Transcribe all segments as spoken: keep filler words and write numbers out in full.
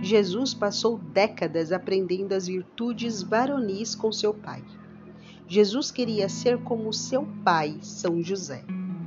Jesus passou décadas aprendendo as virtudes varonis com seu pai. Jesus queria ser como seu pai, São José.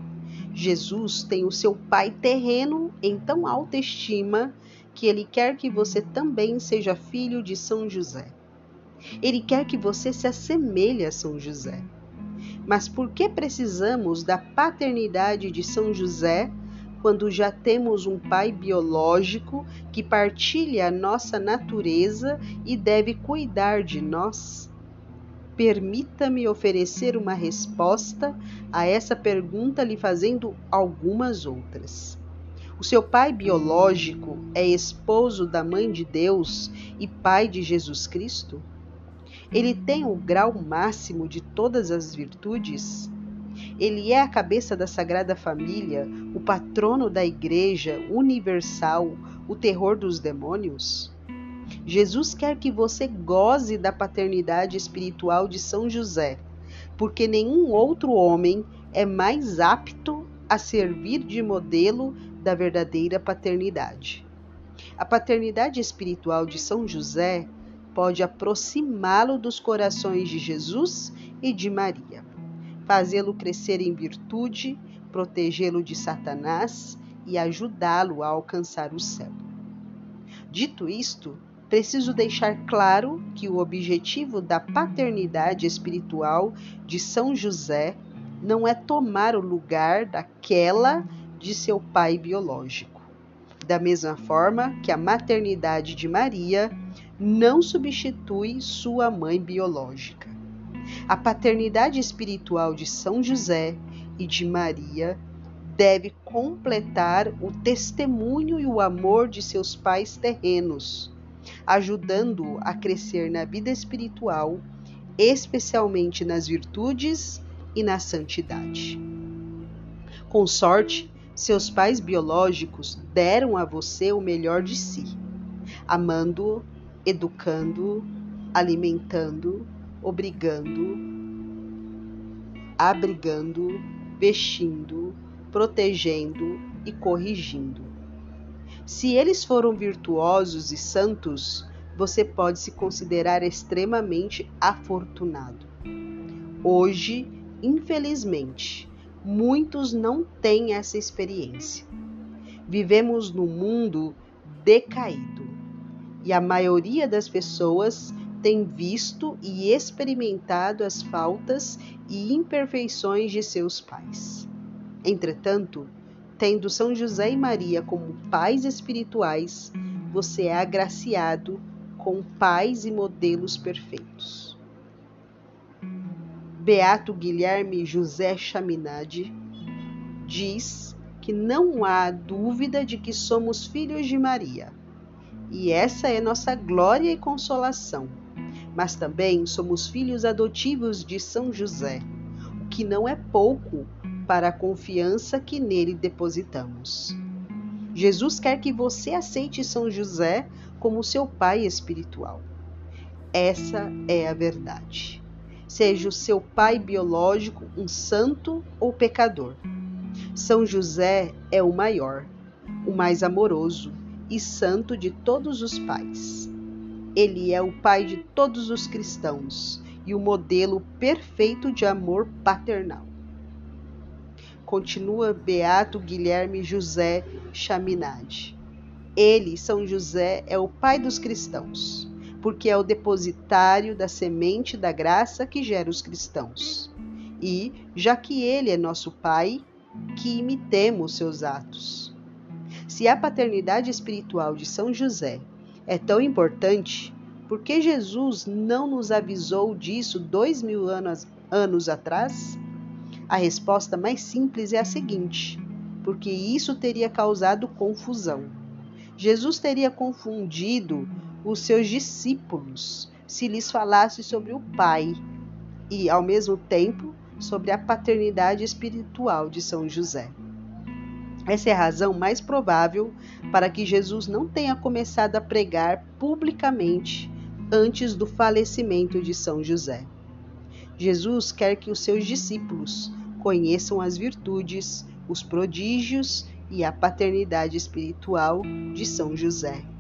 Jesus tem o seu pai terreno em tão alta estima que ele quer que você também seja filho de São José. Ele quer que você se assemelhe a São José. Mas por que precisamos da paternidade de São José quando já temos um pai biológico que partilha a nossa natureza e deve cuidar de nós? Permita-me oferecer uma resposta a essa pergunta lhe fazendo algumas outras. O seu pai biológico é esposo da Mãe de Deus e pai de Jesus Cristo? Ele tem o grau máximo de todas as virtudes? Ele é a cabeça da Sagrada Família, o patrono da Igreja Universal, o terror dos demônios? Jesus quer que você goze da paternidade espiritual de São José, porque nenhum outro homem é mais apto a servir de modelo da verdadeira paternidade. A paternidade espiritual de São José pode aproximá-lo dos corações de Jesus e de Maria, fazê-lo crescer em virtude, protegê-lo de Satanás e ajudá-lo a alcançar o céu. Dito isto, preciso deixar claro que o objetivo da paternidade espiritual de São José não é tomar o lugar daquela de seu pai biológico. Da mesma forma que a maternidade de Maria não substitui sua mãe biológica. A paternidade espiritual de São José e de Maria deve completar o testemunho e o amor de seus pais terrenos, ajudando-o a crescer na vida espiritual, especialmente nas virtudes e na santidade. Com sorte, seus pais biológicos deram a você o melhor de si, amando-o, educando-o, alimentando-o, obrigando, abrigando, vestindo, protegendo e corrigindo. Se eles foram virtuosos e santos, você pode se considerar extremamente afortunado. Hoje, infelizmente, muitos não têm essa experiência. Vivemos num mundo decaído e a maioria das pessoas tem visto e experimentado as faltas e imperfeições de seus pais. Entretanto, tendo São José e Maria como pais espirituais, você é agraciado com pais e modelos perfeitos. Beato Guilherme José Chaminade diz que não há dúvida de que somos filhos de Maria, e essa é nossa glória e consolação. Mas também somos filhos adotivos de São José, o que não é pouco para a confiança que nele depositamos. Jesus quer que você aceite São José como seu pai espiritual. Essa é a verdade. Seja o seu pai biológico um santo ou pecador. São José é o maior, o mais amoroso e santo de todos os pais. Ele é o pai de todos os cristãos e o modelo perfeito de amor paternal. Continua Beato Guilherme José Chaminade. Ele, São José, é o pai dos cristãos, porque é o depositário da semente da graça que gera os cristãos. E, já que ele é nosso pai, que imitemos seus atos. Se a paternidade espiritual de São José é tão importante, por que Jesus não nos avisou disso dois mil anos, anos atrás? A resposta mais simples é a seguinte: porque isso teria causado confusão. Jesus teria confundido os seus discípulos se lhes falasse sobre o Pai e, ao mesmo tempo, sobre a paternidade espiritual de São José. Essa é a razão mais provável para que Jesus não tenha começado a pregar publicamente antes do falecimento de São José. Jesus quer que os seus discípulos conheçam as virtudes, os prodígios e a paternidade espiritual de São José.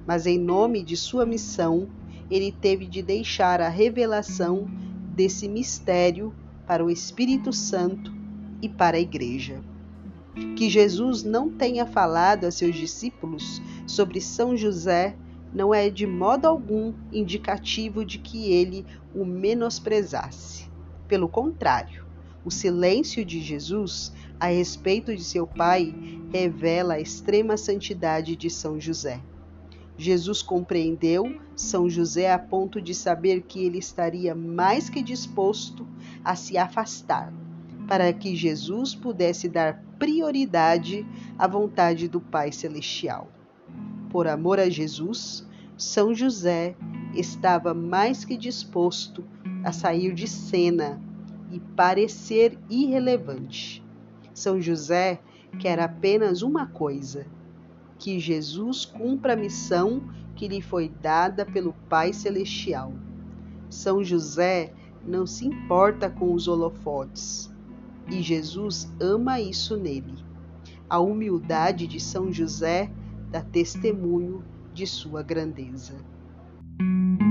mas em nome de sua missão, ele teve de deixar a revelação desse mistério para o Espírito Santo e para a Igreja. Que Jesus não tenha falado a seus discípulos sobre São José não é de modo algum indicativo de que ele o menosprezasse. Pelo contrário, o silêncio de Jesus a respeito de seu pai revela a extrema santidade de São José. Jesus compreendeu São José a ponto de saber que ele estaria mais que disposto a se afastar, para que Jesus pudesse dar prioridade à vontade do Pai Celestial. Por amor a Jesus, São José estava mais que disposto a sair de cena e parecer irrelevante. São José quer apenas uma coisa: que Jesus cumpra a missão que lhe foi dada pelo Pai Celestial. São José não se importa com os holofotes, e Jesus ama isso nele. A humildade de São José dá testemunho de sua grandeza.